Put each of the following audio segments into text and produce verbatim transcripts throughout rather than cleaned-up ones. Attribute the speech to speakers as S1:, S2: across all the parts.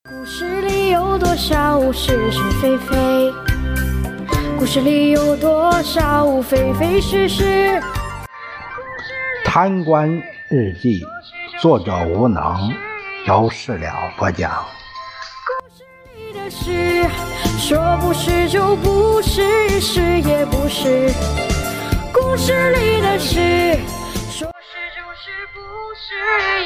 S1: 故事里有多少是是非非？故事里有多少非非是是？
S2: 贪官日记，作者无能，由事了播讲。
S1: 故事里的事，说不是就不是，是也不是。故事里的事，说是就是不是。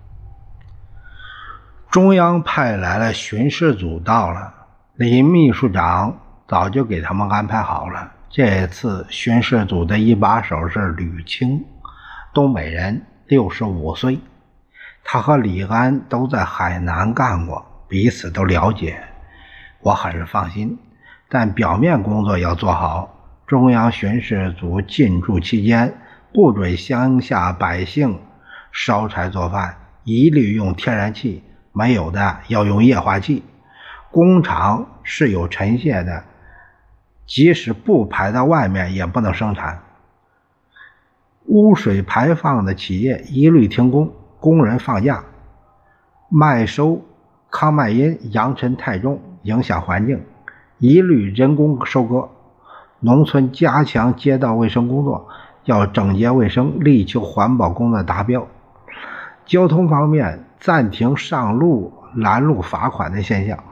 S2: 中央派来了巡视组到了，李秘书长早就给他们安排好了。这次巡视组的一把手是吕清，东北人，六十五岁。他和李安都在海南干过，彼此都了解，我很是放心。但表面工作要做好。中央巡视组进驻期间，不准乡下百姓烧柴做饭，一律用天然气，没有的要用液化气。工厂是有尘屑的，即使不排到外面也不能生产。污水排放的企业一律停工，工人放假。麦收康麦因扬尘太重，影响环境，一律人工收割。农村加强街道卫生工作，要整洁卫生，力求环保工作达标。交通方面，暂停上路拦路罚款的现象。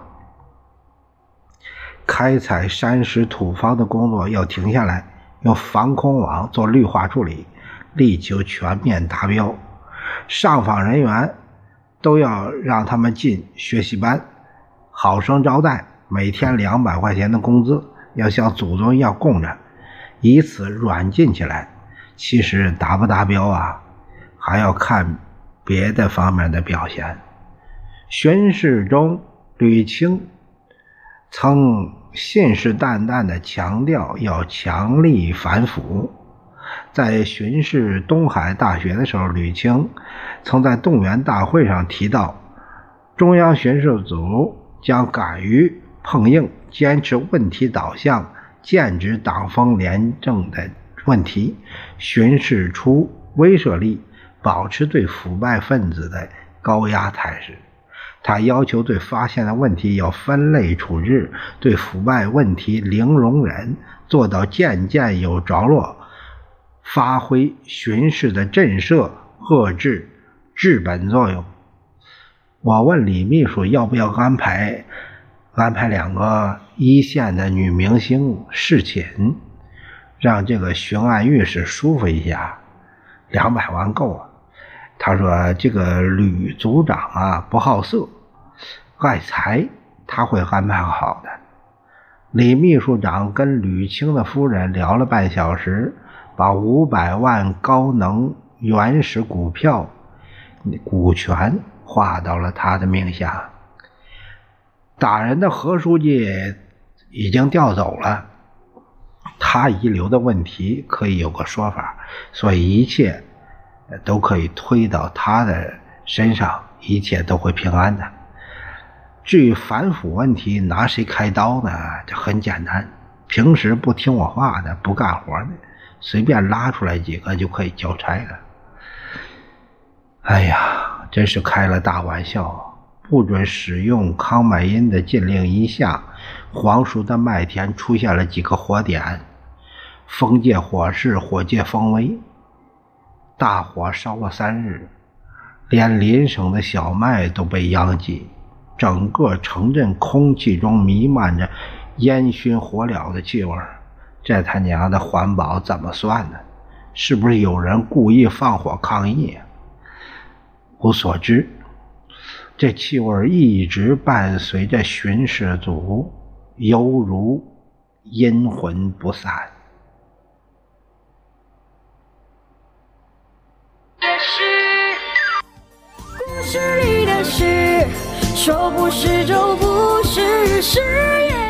S2: 开采山石土方的工作要停下来，用防空网做绿化处理，力求全面达标。上访人员都要让他们进学习班，好生招待，每天两百块钱的工资要像祖宗一样供着，以此软禁起来。其实达不达标啊，还要看别的方面的表现。巡视中，吕清曾信誓旦旦地强调要强力反腐。在巡视东海大学的时候，吕清曾在动员大会上提到，中央巡视组将敢于碰硬，坚持问题导向，剑指党风廉政的问题，巡视出威慑力，保持对腐败分子的高压态势。他要求对发现的问题要分类处置，对腐败问题零容忍，做到件件有着落，发挥巡视的震慑、遏制、治本作用。我问李秘书要不要安排安排两个一线的女明星侍寝，让这个巡案御史舒服一下。两百万够啊。他说这个吕组长啊不好色，爱财，他会安排好的。李秘书长跟吕清的夫人聊了半小时，把五百万高能原始股票股权划到了他的名下。打人的何书记已经调走了，他遗留的问题可以有个说法，所以一切都可以推到他的身上，一切都会平安的。至于反腐问题，拿谁开刀呢？这很简单，平时不听我话的，不干活的，随便拉出来几个就可以交差了。哎呀，真是开了大玩笑。不准使用康麦因的禁令一下，黄熟的麦田出现了几个火点，风借火势，火借风威，大火烧了三日，连邻省的小麦都被殃及，整个城镇空气中弥漫着烟熏火燎的气味。这他娘的环保怎么算呢？是不是有人故意放火抗议啊？无所知。这气味一直伴随着巡视组，犹如阴魂不散。
S1: 故事里的事，说不是就不是，是也